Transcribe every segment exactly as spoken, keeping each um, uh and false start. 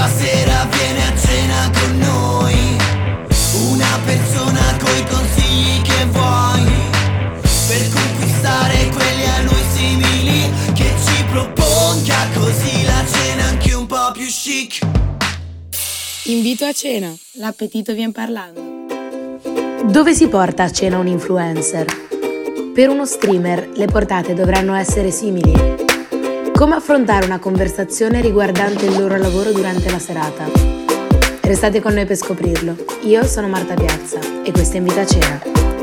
stasera viene a cena con noi, una persona coi consigli che vuoi, per conquistare quelli a noi simili, che ci proponga così la cena anche un po' più chic. Invito a cena, l'appetito vien parlando. Dove si porta a cena un influencer? Per uno streamer le portate dovranno essere simili. Come affrontare una conversazione riguardante il loro lavoro durante la serata? Restate con noi per scoprirlo. Io sono Marta Piazza e questo è Invito a cena.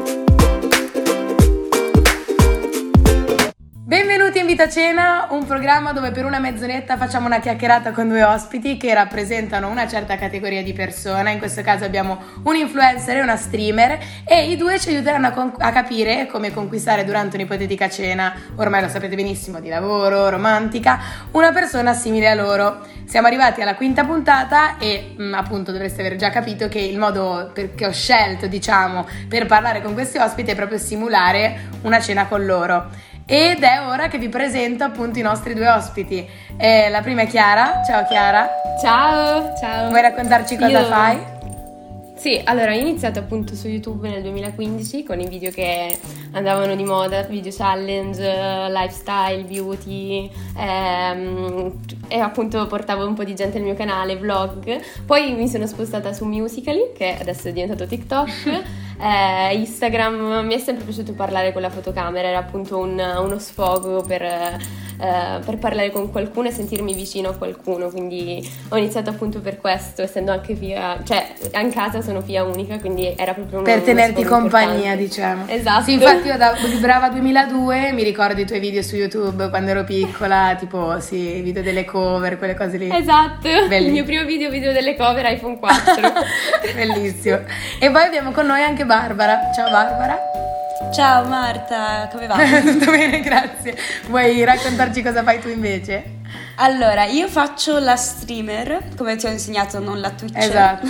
Benvenuti a Invito a cena, un programma dove per una mezz'oretta facciamo una chiacchierata con due ospiti che rappresentano una certa categoria di persona. In questo caso abbiamo un influencer e una streamer e i due ci aiuteranno a, con- a capire come conquistare durante un'ipotetica cena, ormai lo sapete benissimo, di lavoro, romantica, una persona simile a loro. Siamo arrivati alla quinta puntata e mh, appunto dovreste aver già capito che il modo per- che ho scelto, diciamo, per parlare con questi ospiti è proprio simulare una cena con loro. Ed è ora che vi presento appunto i nostri due ospiti. Eh, la prima è Chiara. Ciao Chiara. Ciao, ciao. Vuoi raccontarci cosa Io... fai? Sì, allora ho iniziato appunto su YouTube nel duemilaquindici con i video che andavano di moda, video challenge, lifestyle, beauty, ehm, e appunto portavo un po' di gente al mio canale, vlog. Poi mi sono spostata su Musical.ly, che adesso è diventato TikTok. Eh, Instagram, mi è sempre piaciuto parlare con la fotocamera, era appunto un, uno sfogo per, eh, per parlare con qualcuno e sentirmi vicino a qualcuno, quindi ho iniziato appunto per questo, essendo anche figlia, cioè in casa sono figlia unica, quindi era proprio uno, per tenerti uno compagnia, importante. Diciamo. Esatto. Sì, infatti io da Brava duemiladue mi ricordo i tuoi video su YouTube quando ero piccola, tipo sì, i video delle cover, quelle cose lì. Esatto, Bellissimo. Il mio primo video video delle cover iPhone quattro. Bellissimo. E poi abbiamo con noi anche Barbara. Ciao Barbara. Ciao Marta, come va? Tutto bene, grazie. Vuoi raccontarci cosa fai tu invece? Allora, io faccio la streamer, come ti ho insegnato, non la Twitcher. Esatto.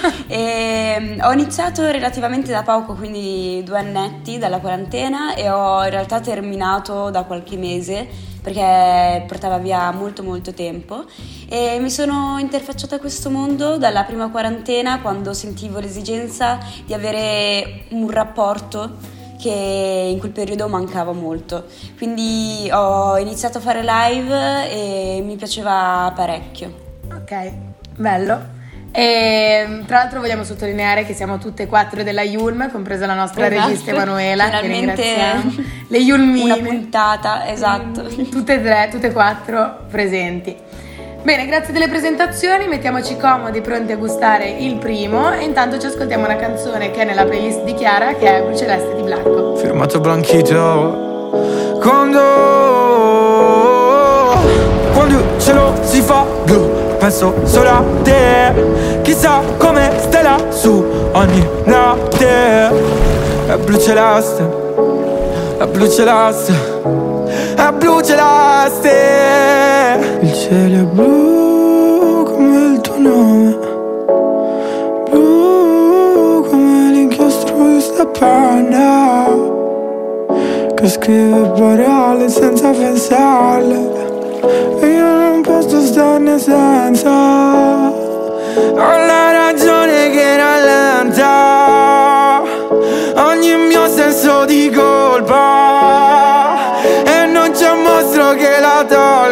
E ho iniziato relativamente da poco, quindi due annetti dalla quarantena, e ho in realtà terminato da qualche mese perché portava via molto molto tempo, e mi sono interfacciata a questo mondo dalla prima quarantena, quando sentivo l'esigenza di avere un rapporto che in quel periodo mancava molto, quindi ho iniziato a fare live e mi piaceva parecchio. Ok, bello. E tra l'altro vogliamo sottolineare che siamo tutte e quattro della Yulm, compresa la nostra Esatto. regista Emanuela, Finalmente che ringraziamo. Le Yulmine, una puntata, esatto. Tutte e tre, tutte e quattro presenti. Bene, grazie delle presentazioni, mettiamoci comodi, pronti a gustare il primo, e intanto ci ascoltiamo una canzone che è nella playlist di Chiara, che è Blu Celeste di Blanco. Firmato Blanchito. Quando Quando il cielo si fa blu, penso solo a te. Chissà come stai lassù ogni notte. È blu celeste, è blu celeste, è blu celeste. Il cielo è blu come il tuo nome, blu come l'inchiostro di sta penna che scrive parole senza pensarle, e io non posso starne senza. Ho la ragione che rallenta ogni mio senso di colpa, e non c'è un mostro che la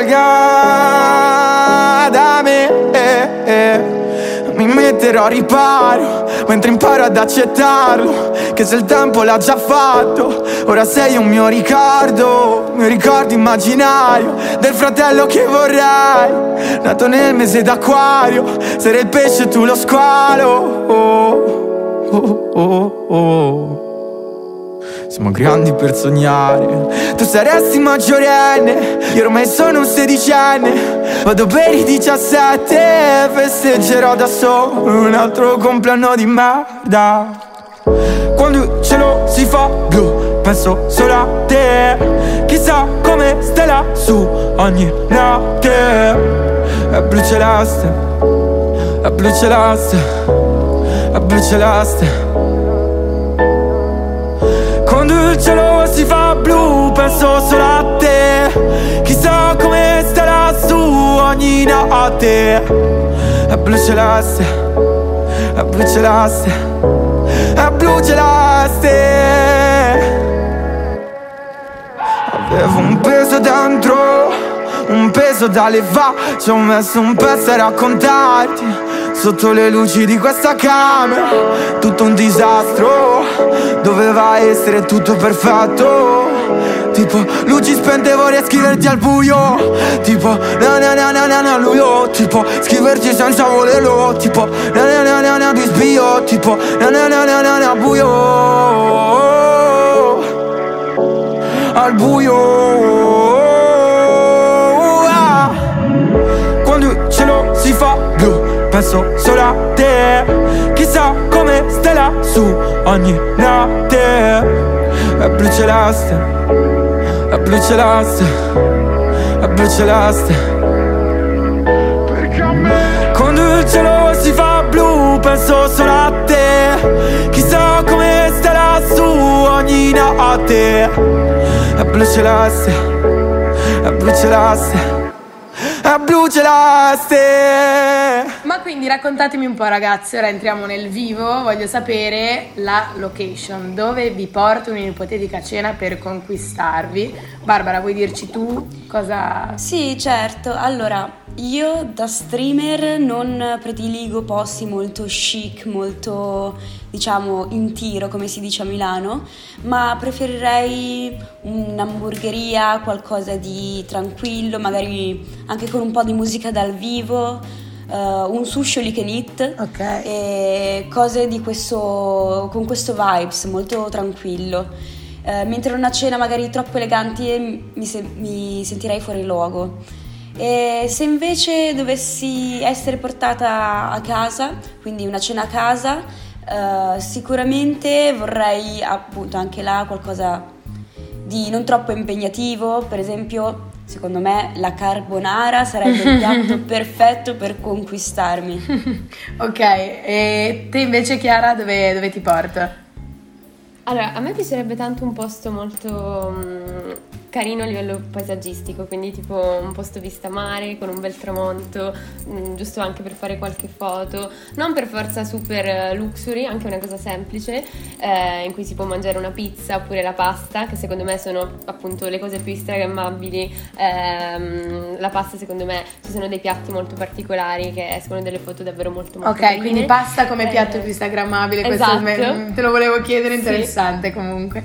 tolga da me. eh, eh. Mi metterò a riparo mentre imparo ad accettarlo, che se il tempo l'ha già fatto, ora sei un mio ricordo, un mio ricordo immaginario del fratello che vorrei, nato nel mese d'acquario, sarei il pesce e tu lo squalo. Oh, oh, oh, oh. Siamo grandi per sognare, tu saresti maggiorenne, io ormai sono un sedicenne, vado per i diciassette, festeggerò da solo un altro compleanno di merda. Quando il cielo si fa blu, penso solo a te, chissà come stai lassù ogni notte. È blu celeste, è blu celeste, è blu celeste. Quando il cielo si fa blu penso solo a te, chissà come stai lassù ogni notte. È blu celeste, è blu celeste, è blu celeste. Avevo un peso dentro, un peso da levare, ci ho messo un pezzo a raccontarti. Sotto le luci di questa camera, tutto un disastro, doveva essere tutto perfetto. Tipo, luci spente vorrei scriverti al buio. Tipo, na na na na na na luio. Tipo, scriverti senza volerlo. Tipo, na na na na na bisbio. Tipo, na na na na na na buio. Al buio. Ah. Quando il cielo si fa blu, penso solo a te. Chissà come stai lassù ogni notte. È blu celeste, è blu celeste, è blu celeste. Perché a me quando il cielo si fa blu penso solo a te. Chissà come stai lassù ogni notte. È blu celeste, è blu celeste, è blu celeste. Ma quindi raccontatemi un po', ragazzi, ora entriamo nel vivo, voglio sapere la location, dove vi porto in un'ipotetica cena per conquistarvi. Barbara, vuoi dirci tu cosa? Sì, certo. Allora, io da streamer non prediligo posti molto chic, molto, diciamo, in tiro, come si dice a Milano, ma preferirei un'hamburgeria, qualcosa di tranquillo, magari anche con un po' di musica dal vivo. Uh, un sushi all you can eat, Ok. e cose di questo, con questo vibes molto tranquillo. Uh, mentre una cena magari troppo elegante mi, se, mi sentirei fuori luogo. E se invece dovessi essere portata a casa, quindi una cena a casa, uh, sicuramente vorrei appunto anche là qualcosa di non troppo impegnativo. Per esempio, secondo me la carbonara sarebbe il piatto perfetto per conquistarmi. Ok, e te invece, Chiara, dove, dove ti porto? Allora, a me piacerebbe tanto un posto molto mm, carino a livello paesaggistico, quindi tipo un posto vista mare con un bel tramonto, mh, giusto anche per fare qualche foto, non per forza super luxury, anche una cosa semplice, eh, in cui si può mangiare una pizza oppure la pasta, che secondo me sono appunto le cose più instagrammabili. Ehm, la pasta, secondo me, ci sono dei piatti molto particolari che escono delle foto davvero molto molto Ok, carine. quindi pasta come Eh, piatto più instagrammabile, esatto. questo me- te lo volevo chiedere, Sì. interessante comunque.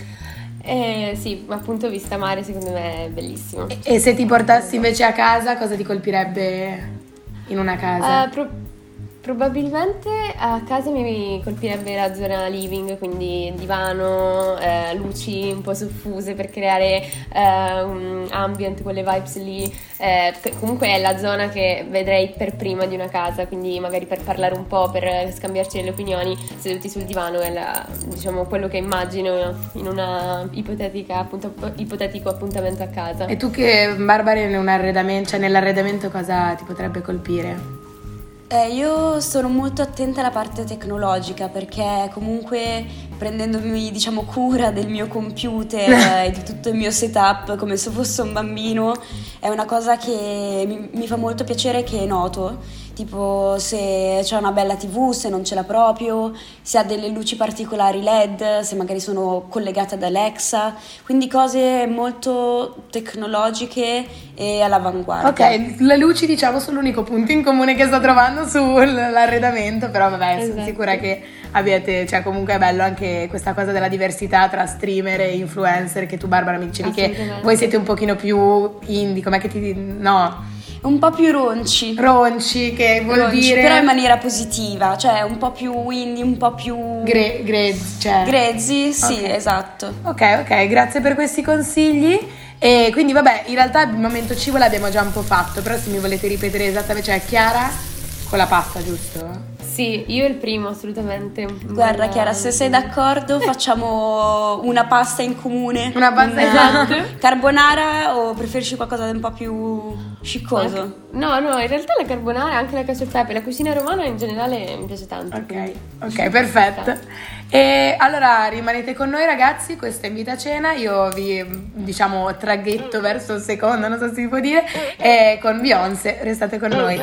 Eh, sì, ma appunto vista mare secondo me è bellissimo. E, e se ti portassi invece a casa, cosa ti colpirebbe in una casa? Eh, pro- probabilmente a casa mi colpirebbe la zona living, quindi divano, eh, luci un po' soffuse per creare eh, un ambient, quelle vibes lì. Eh, che comunque è la zona che vedrei per prima di una casa, quindi magari per parlare un po', per scambiarci le opinioni, seduti sul divano è la, diciamo quello che immagino in una ipotetica appunto, ipotetico appuntamento a casa. E tu che, Barbara, in un arredamento, cioè nell'arredamento cosa ti potrebbe colpire? Eh, io sono molto attenta alla parte tecnologica, perché comunque prendendomi, diciamo, cura del mio computer e di tutto il mio setup come se fosse un bambino, è una cosa che mi, mi fa molto piacere, che noto. Tipo se c'è una bella tivù, se non ce l'ha proprio, se ha delle luci particolari L E D, se magari sono collegate ad Alexa, quindi cose molto tecnologiche e all'avanguardia. Ok, le luci diciamo sono l'unico punto in comune che sto trovando sull'arredamento, però vabbè, sono Esatto. sicura che abbiate, cioè comunque è bello anche questa cosa della diversità tra streamer e influencer, che tu, Barbara, mi dicevi che Assolutamente. voi siete un pochino più indie, com'è che ti... no, Un po' più ronci. ronci, che vuol Ronci, dire... però in maniera positiva, cioè un po' più indie, un po' più Gre- grezzi, cioè... grezzi, sì, Ok. esatto. Ok, ok, grazie per questi consigli. E quindi vabbè, in realtà il momento cibo l'abbiamo già un po' fatto, però se mi volete ripetere esattamente, cioè Chiara con la pasta, giusto? Sì, io il primo assolutamente. Guarda Bella- Chiara, se sei d'accordo facciamo una pasta in comune. Una pasta, esatto. Carbonara, o preferisci qualcosa di un po' più sciccoso? No, no, in realtà la carbonara, anche la cacio e pepe, la cucina romana in generale mi piace tanto. Ok, quindi- ok, perfetto. E allora rimanete con noi ragazzi, questa è Invita a Cena, io vi diciamo traghetto verso il secondo, non so se si può dire, e con Beyoncé, restate con noi.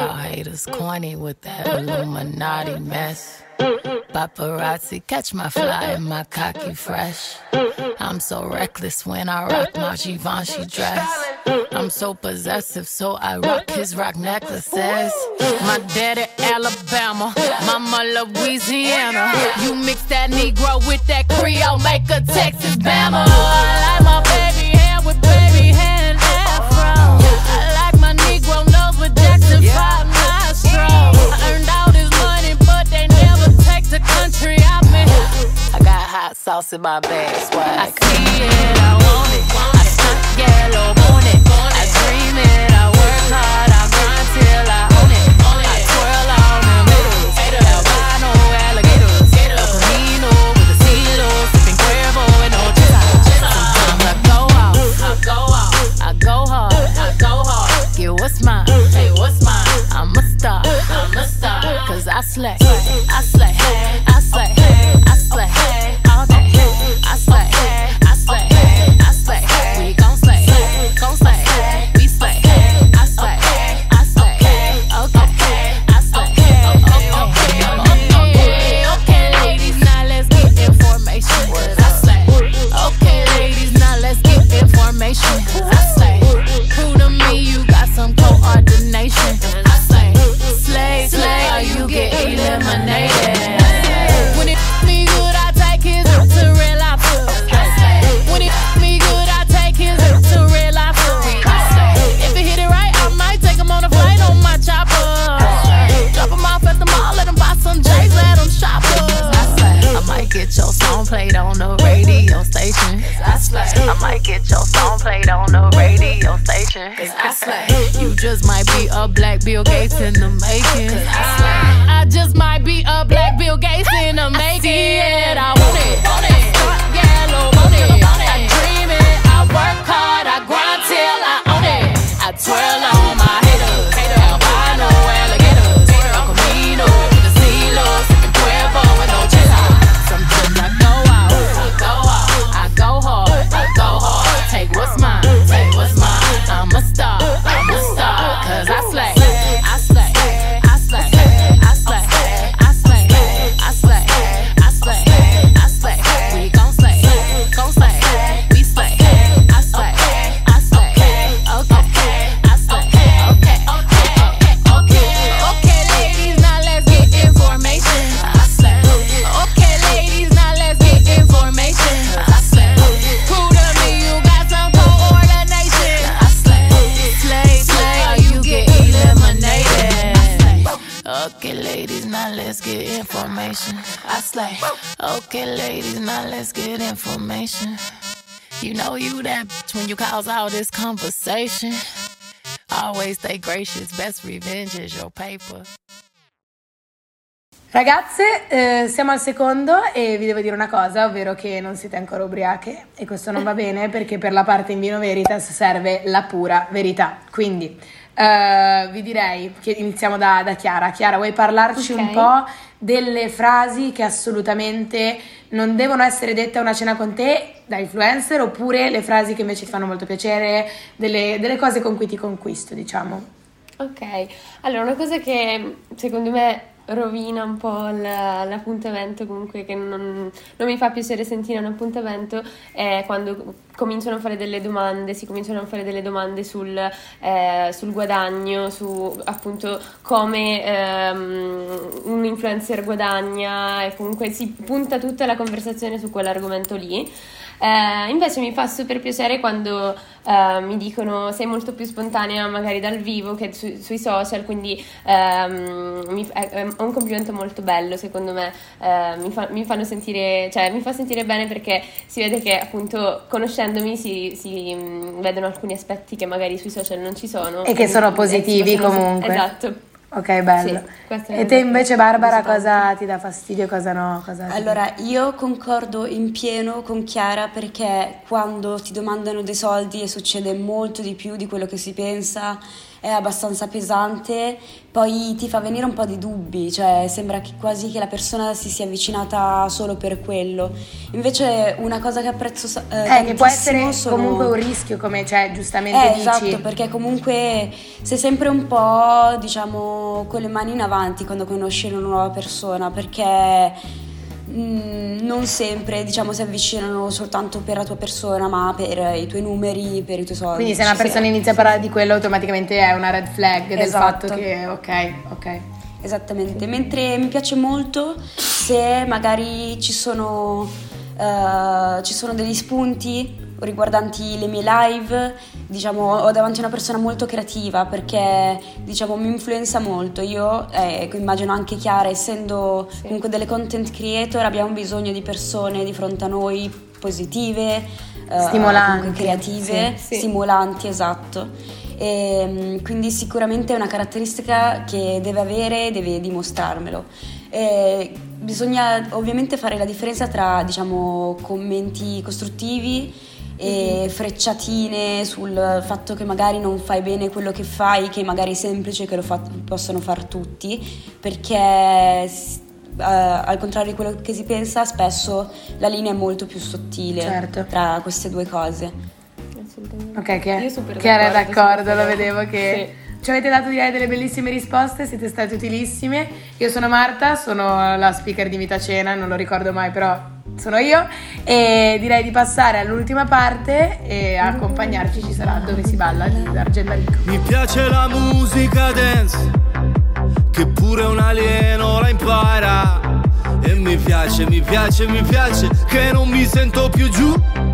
Paparazzi catch my fly and my cocky fresh. I'm so reckless when I rock my Givenchy dress. I'm so possessive, so I rock his rock necklaces. My daddy Alabama, mama Louisiana. You mix that Negro with that Creole, make a Texas Bama. I like my baby hair with baby hair and afro. I like my Negro nose with Jackson five nostrils. I earned all this money, but they never take the country I'm in. I got hot sauce in my bag, swag. I see it, I want it. I stunt yellow, want it. I dream it, I work hard, I grind till I own it. I twirl on them haters, albino alligators. El Camino with a silo, sipping Cuervo and no chisa. Sometimes I go out, I go out, I go hard, I go hard. Get what's mine, hey, what's mine? I'm a star, I'm a star. Cause I slay, I slay, I slay, I slay, all day. I slay, I slay, I slay. We gon' slay, gon' slay, we slay. I slay, I slay, okay, I slay, okay, okay, okay, ladies, now let's get information. I slay, okay, ladies, now let's get information. I slay, prove to me you got some coordination. I slay, slay, slay, or you get eliminated. When it me good, I take his to real life. When it me good, I take his to real life. If it hit it right, I might take him on a flight on my chopper. Drop him off at the mall, let him buy some J's, let him shop up. I might get your song played on the radio station. I might get your song played on the radio station. I slay. You just might be a black Bill Gates in the making. I just might be a black Bill Gates in the making. I see it, I want it, want it. Start yellow, want it. I dream it, I work hard, I grind till I own it. I twirl on my haters, albino alligators. El Camino with the silo, sipping Cuervo and no chisa. Sometimes I go out, I go out, I go hard, I go hard. Take what's mine, take what's mine. I'm a star, I'm a star. Cause I slay, I slay, I slay, I slay, I slay, I slay, I slay, I slay. We gon' slay, gon' slay, we slay. I slay, I slay, okay, I slay, okay, okay, okay, okay, ladies, now let's get information. I slay, okay, ladies, now let's get information. I slay, prove to me you got some coordination. I slay, slay, slay, or you get eliminated. Okay, ladies, now let's get information. I slay. Okay, ladies, now let's get information. You know you that bitch when you cause all this conversation. Always stay gracious, best revenge is your paper. Ragazze, eh, siamo al secondo e vi devo dire una cosa, ovvero che non siete ancora ubriache e questo non va bene perché per la parte in Vino Veritas serve la pura verità. Quindi eh, vi direi che iniziamo da, da Chiara. Chiara, vuoi parlarci Okay. un po' delle frasi che assolutamente non devono essere dette a una cena con te da influencer, oppure le frasi che invece ti fanno molto piacere, delle, delle cose con cui ti conquisto, diciamo? Ok, allora una cosa che secondo me rovina un po' l- l'appuntamento, comunque che non, non mi fa piacere sentire un appuntamento, è quando cominciano a fare delle domande, si cominciano a fare delle domande sul, eh, sul guadagno, su appunto come ehm, un influencer guadagna, e comunque si punta tutta la conversazione su quell'argomento lì. Eh, invece mi fa super piacere quando eh, mi dicono sei molto più spontanea magari dal vivo che su- sui social, quindi ehm, mi, è, è un complimento molto bello secondo me. Eh, mi, fa, mi fanno sentire, cioè mi fa sentire bene, perché si vede che appunto conoscendomi si, si mh, vedono alcuni aspetti che magari sui social non ci sono E che sono positivi si possono- comunque. Esatto. Ok, bello. Sì, e te invece, Barbara, cosa ti dà fastidio e cosa no? Cosa allora, io concordo in pieno con Chiara, perché quando ti domandano dei soldi e succede molto di più di quello che si pensa, è abbastanza pesante, poi ti fa venire un po' di dubbi, cioè sembra che quasi che la persona si sia avvicinata solo per quello. Invece una cosa che apprezzo eh, eh, che può essere sono... comunque un rischio, come cioè giustamente eh, dici. Esatto, perché comunque sei sempre un po', diciamo, con le mani in avanti quando conosci una nuova persona, perché mh, non sempre, diciamo, si avvicinano soltanto per la tua persona, ma per i tuoi numeri, per i tuoi soldi. Quindi se una persona sì, inizia sì. a parlare di quello, automaticamente è una red flag del Esatto. fatto che ok, ok. Esattamente, mentre mi piace molto se magari ci sono, uh, ci sono degli spunti riguardanti le mie live, diciamo, ho davanti una persona molto creativa, perché diciamo mi influenza molto. Io eh, immagino anche Chiara, essendo sì. comunque delle content creator, abbiamo bisogno di persone di fronte a noi positive, stimolanti, uh, creative, sì, sì. stimolanti, esatto. E, quindi sicuramente è una caratteristica che deve avere, deve dimostrarmelo. E bisogna ovviamente fare la differenza tra, diciamo, commenti costruttivi e frecciatine sul fatto che magari non fai bene quello che fai, che magari è semplice, che lo fa- possono far tutti, perché uh, al contrario di quello che si pensa, spesso la linea è molto più sottile certo. tra queste due cose. Ok, che io super che era d'accordo, d'accordo, super lo vedevo che sì. ci avete dato direi delle bellissime risposte, siete state utilissime. Io sono Marta, sono la speaker di Vita Cena, non lo ricordo mai, però sono io, e direi di passare all'ultima parte e a accompagnarci ci sarà Dove si balla di Argentarico. Mi piace la musica dance, che pure un alieno la impara, e mi piace, mi piace, mi piace che non mi sento più giù.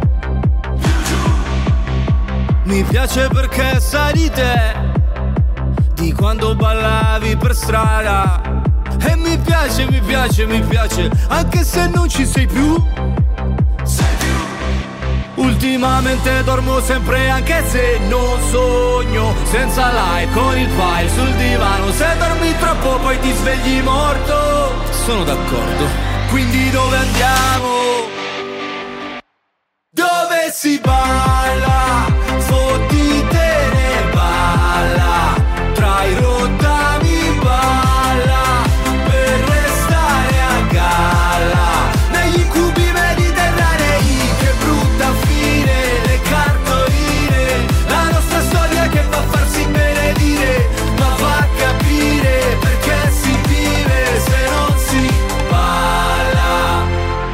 Mi piace perché sai di te, di quando ballavi per strada. E mi piace, mi piace, mi piace, anche se non ci sei più. Sei più. Ultimamente dormo sempre anche se non sogno, senza like con il file sul divano. Se dormi troppo poi ti svegli morto. Sono d'accordo. Quindi dove andiamo? Dove si balla? Fottitene balla, tra i rottami balla, per restare a galla, negli incubi mediterranei, che brutta fine, le cartoline, la nostra storia che fa farsi benedire, ma fa capire perché si vive se non si balla.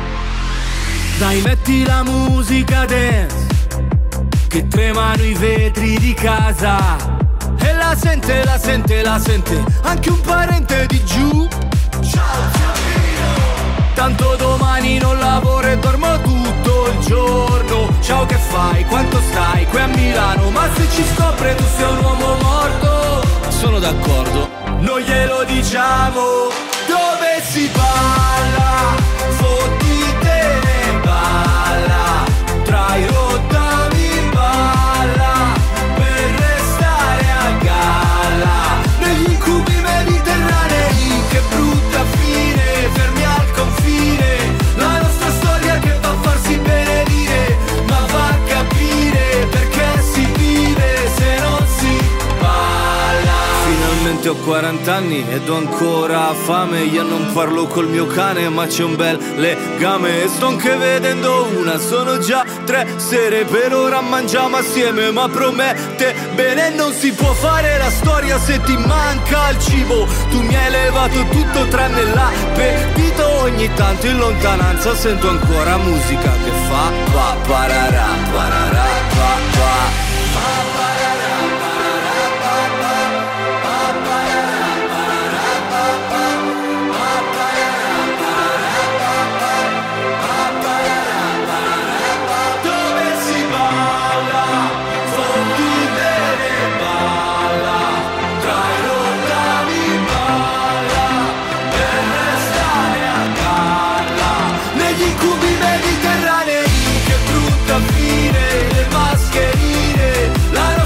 Dai, metti la musica dance, che tremano i vetri di casa, e la sente, la sente, la sente anche un parente di giù. Ciao Giovino. Tanto domani non lavoro e dormo tutto il giorno. Ciao, che fai? Quanto stai? Qui a Milano, ma se ci scopre tu sei un uomo morto. Sono d'accordo, non glielo diciamo. Dove si balla? Fottitene balla, tra i rottami balla, per restare a galla, negli incubi mediterranei, che brutta fine, fermi al confine, la nostra storia che fa farsi benedire, ma fa capire perché si vive se non si balla. Finalmente ho quaranta anni ed ho ancora fame, io non parlo col mio cane ma c'è un bel legame, e sto anche vedendo una, sono già tre sere, per ora mangiamo assieme ma promette bene. Non si può fare la storia se ti manca il cibo, tu mi hai levato tutto tranne l'appetito, ogni tanto in lontananza sento ancora musica che fa pa pararà, pararà, pa pa. Fine, le mascherine, la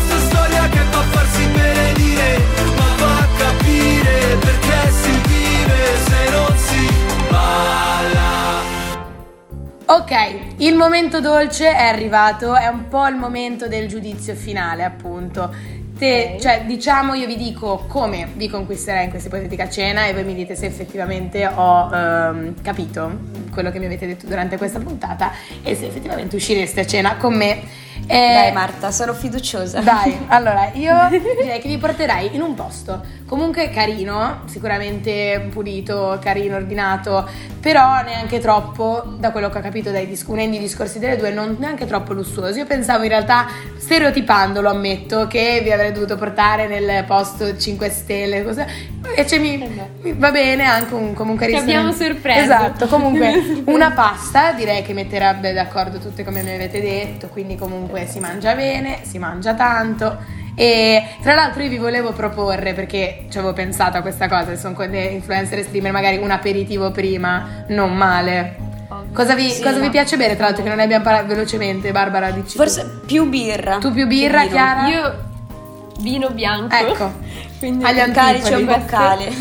momento dolce è arrivato, è un po' il momento del giudizio finale, appunto. Te, okay. Cioè, diciamo, io vi dico come vi conquisterei in questa ipotetica cena e voi mi dite se effettivamente ho um, capito quello che mi avete detto durante questa puntata e se effettivamente uscireste a cena con me. Eh, Dai Marta, sono fiduciosa. Dai, allora io direi che vi porterei in un posto comunque carino, sicuramente pulito, carino, ordinato, però neanche troppo, da quello che ho capito dai dis- unendo i discorsi delle due, non neanche troppo lussuoso. Io pensavo in realtà, stereotipando, lo ammetto, che vi avrei dovuto portare nel posto cinque stelle, così. Invece mi, mi va bene anche un comunque Ci abbiamo sorpreso. Esatto, comunque una pasta direi che metterebbe d'accordo tutte come mi avete detto, quindi comunque si mangia bene, si mangia tanto. E tra l'altro io vi volevo proporre, perché ci avevo pensato a questa cosa, sono con dei influencer e streamer, magari un aperitivo prima, non male. Cosa vi, sì, cosa no. vi piace bere, tra l'altro, che non ne abbiamo parlato velocemente? Barbara, dici forse tu. più birra. Tu più birra, Che Chiara? Io vino bianco. Ecco, quindi agli calice un antipodi.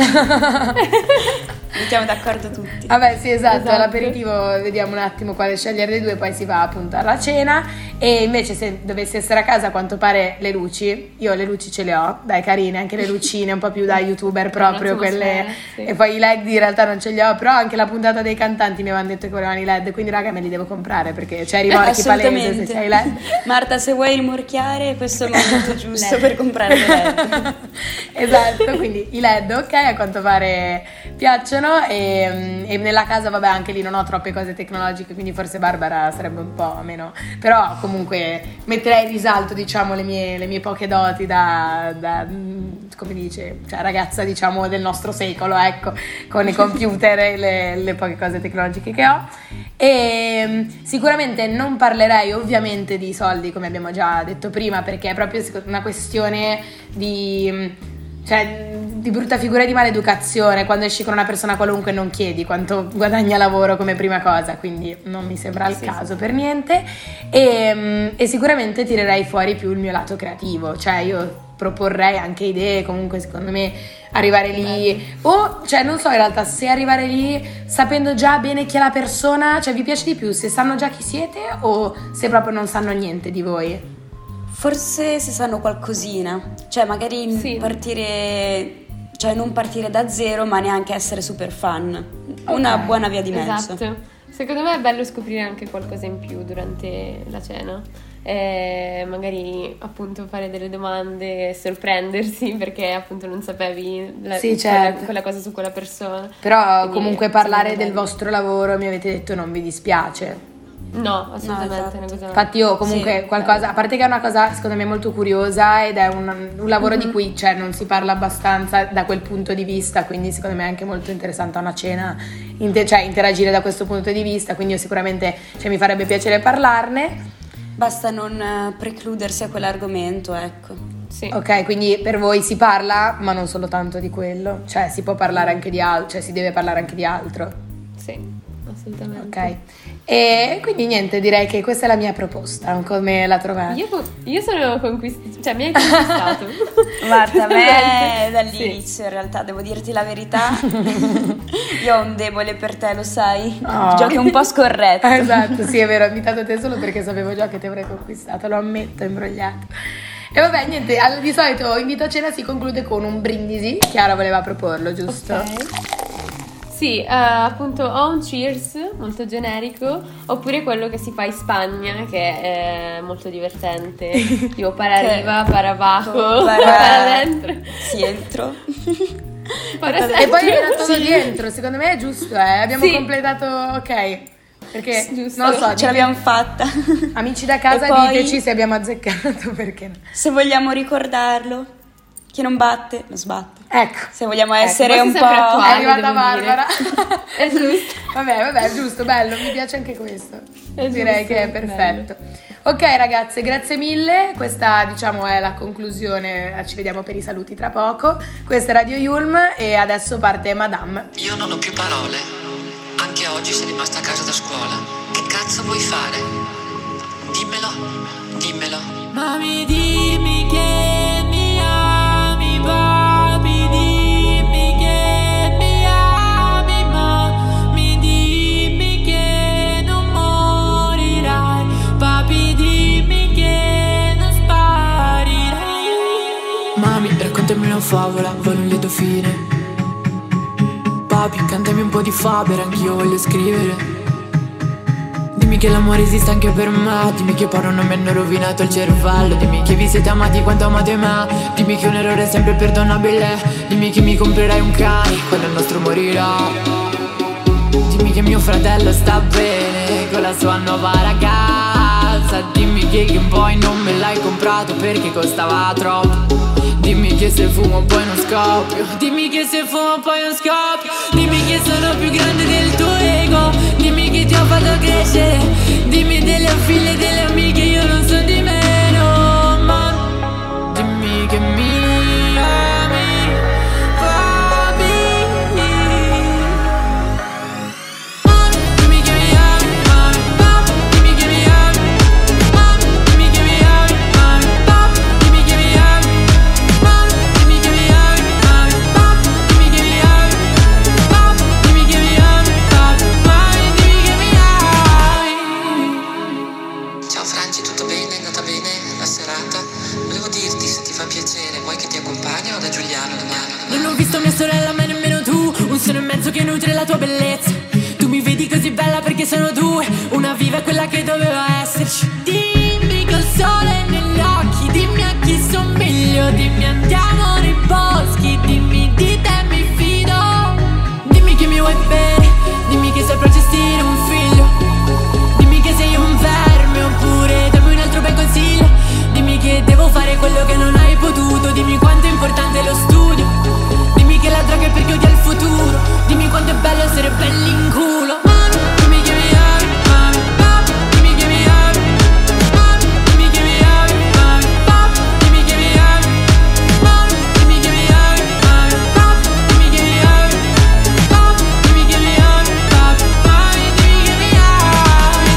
boccale. Mettiamo d'accordo tutti. Vabbè, sì, esatto, Esatto. all'aperitivo vediamo un attimo quale scegliere dei due, poi si va appunto alla cena. E invece se dovessi essere a casa, a quanto pare le luci, io le luci ce le ho, dai, carine, anche le lucine un po' più da youtuber proprio, quelle, sì. e poi i led in realtà non ce li ho, però anche la puntata dei cantanti mi avevano detto che volevano i led, quindi raga me li devo comprare perché c'è rimorchi palese se c'hai i led. Marta, se vuoi rimorchiare, questo è il momento giusto per comprare le led. Esatto, quindi i led, ok, a quanto pare piacciono. E, e nella casa, vabbè, anche lì non ho troppe cose tecnologiche, quindi forse Barbara sarebbe un po' meno, però comunque metterei in risalto, diciamo, le mie, le mie poche doti da, da, come dice, cioè ragazza, diciamo, del nostro secolo, ecco, con i computer e le, le poche cose tecnologiche che ho. E sicuramente non parlerei ovviamente di soldi, come abbiamo già detto prima, perché è proprio una questione di... cioè di brutta figura e di maleducazione. Quando esci con una persona qualunque non chiedi quanto guadagna lavoro come prima cosa, quindi non mi sembra il sì, caso sì. per niente. E, e sicuramente tirerei fuori più il mio lato creativo, cioè io proporrei anche idee, comunque secondo me arrivare lì o cioè non so in realtà se arrivare lì sapendo già bene chi è la persona, cioè vi piace di più se sanno già chi siete o se proprio non sanno niente di voi? Forse se sanno qualcosina, cioè magari Sì. partire, cioè non partire da zero, ma neanche essere super fan. Una Ok. buona via di mezzo. Esatto. Secondo me è bello scoprire anche qualcosa in più durante la cena. E magari appunto fare delle domande, sorprendersi perché appunto non sapevi la, Sì, certo. quella, quella cosa su quella persona. Però Quindi, comunque parlare secondo me del bello. vostro lavoro mi avete detto non vi dispiace. No, assolutamente No, è una cosa. Infatti io comunque Sì, qualcosa, a parte che è una cosa secondo me molto curiosa ed è un, un lavoro Mm-hmm. di cui cioè, non si parla abbastanza da quel punto di vista, quindi secondo me è anche molto interessante a una cena inter- cioè, interagire da questo punto di vista, quindi io sicuramente cioè, mi farebbe piacere parlarne. Basta non eh, precludersi a quell'argomento, ecco. Sì. Ok, quindi per voi si parla, ma non solo tanto di quello, cioè si può parlare anche di altro, cioè si deve parlare anche di altro. Sì, assolutamente. Ok, e quindi niente, direi che questa è la mia proposta, come la trovate? Io, io sono conquistata, cioè mi hai conquistato. Marta, a me Sì. dall'inizio in realtà devo dirti la verità, io ho un debole per te, lo sai, Oh. giochi un po' scorretto. Esatto, sì è vero, ho invitato te solo perché sapevo già che ti avrei conquistato, lo ammetto, imbrogliato. E vabbè, niente, al- di solito invito a cena si conclude con un brindisi, Chiara voleva proporlo, giusto? Ok. Sì, eh, appunto ho un cheers molto generico, oppure quello che si fa in Spagna, che è molto divertente, tipo para Che- arriba, para abajo, Para- para dentro. Sì, entro. Para E poi è venuto Sì. dietro, secondo me è giusto, eh, abbiamo Sì. completato, ok, perché Giusto. non lo so, Ce dite- l'abbiamo fatta. amici da casa E poi, diteci se abbiamo azzeccato, perché no. se vogliamo ricordarlo, chi non batte, non sbatte. Ecco, Se vogliamo essere questo un è po'... sempre attuale. è arrivata devo Barbara. È giusto. Vabbè, vabbè, è giusto, bello, mi piace anche questo. È Direi giusto, che è perfetto. Ok ragazze, grazie mille. Questa diciamo è la conclusione, ci vediamo per i saluti tra poco. Questa è Radio Yulm e adesso parte Madame. Io non ho più parole. Anche oggi sei rimasta a casa da scuola. Che cazzo vuoi fare? Dimmelo, dimmelo. Mami, dimmi che mi ami, papi, dimmi che mi ami, ma mi dimmi che non morirai. Mami, raccontami una favola, voglio un lieto fine. Papi, cantami un po' di Faber, anch'io voglio scrivere. Dimmi che l'amore esiste anche per me. Dimmi che poi non mi hanno rovinato il cervello. Dimmi che vi siete amati quanto amate me. Dimmi che un errore è sempre perdonabile. Dimmi che mi comprerai un cane quando il nostro morirà. Dimmi che mio fratello sta bene con la sua nuova ragazza. Dimmi che Game Boy non me l'hai comprato perché costava troppo. Dimmi che se fumo poi non scoppio. Dimmi che se fumo poi non scoppio. Dimmi che sono più grande del tuo ego. Dimmi che ti ho fatto crescere. Dimmi delle figlie e delle amiche, io non so di meno. Ma dimmi che mi ami, papi. Dimmi che mi ami, papi. Dimmi che mi ami, papi. Dimmi che mi ami, papi. Dimmi che mi ami. Ciao Franci, tutto bene? È andata bene la serata? Volevo dirti se ti fa piacere, vuoi che ti accompagni o da Giuliano domani? Non ho visto mia sorella ma nemmeno tu. Un seno e mezzo che nutre la tua bellezza. Tu mi vedi così bella perché sono due. Una viva è quella che doveva esserci. Dimmi col sole negli occhi. Dimmi a chi somiglio. Dimmi andiamo nei boschi. Dimmi di te mi fido. Dimmi che mi vuoi bene. Dimmi che saprò gestire un figlio. Dimmi che sei un verme oppure dammi un altro bel consiglio. Dimmi che devo fare quello che non hai potuto. Dimmi quanto è importante lo studio. Dimmi che la droga è perché odia il futuro. Dimmi quanto è bello essere belli in culo. Dimmi che mi ami, mami, papi. Dimmi che mi ami, mami. Dimmi che mi ami, mami, papi. Dimmi che mi ami, mami. Dimmi che mi ami, mami, papi. Dimmi che mi ami, papi. Dimmi che mi ami, papi. Mami, dimmi che mi ami.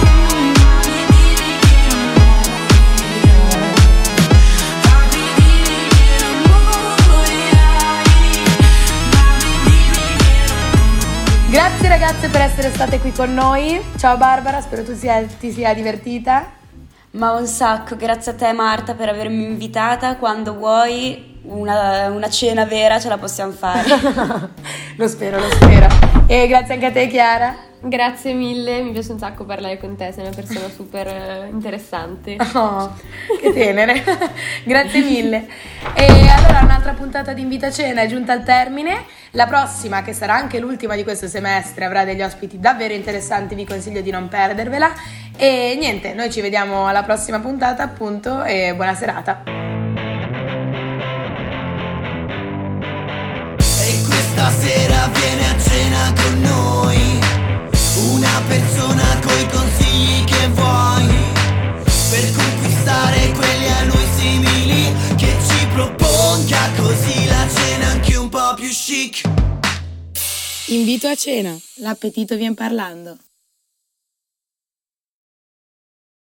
Grazie ragazze per essere state qui con noi. Ciao Barbara, spero tu sia, ti sia divertita. Ma un sacco, grazie a te Marta per avermi invitata. Quando vuoi una, una cena vera ce la possiamo fare. Lo spero, lo spero. E grazie anche a te Chiara. Grazie mille, mi piace un sacco parlare con te, sei una persona super eh, interessante. Oh, che tenere. Grazie mille. E allora un'altra puntata di Invita a Cena è giunta al termine. La prossima, che sarà anche l'ultima di questo semestre, avrà degli ospiti davvero interessanti, vi consiglio di non perdervela. E niente, noi ci vediamo alla prossima puntata appunto e buona serata. E questa sera viene a cena con noi una persona coi consigli che vuoi per conquistare quelli a lui simili, che ci proponga così la cena anche un po' più chic. Invito a cena, l'appetito vien parlando.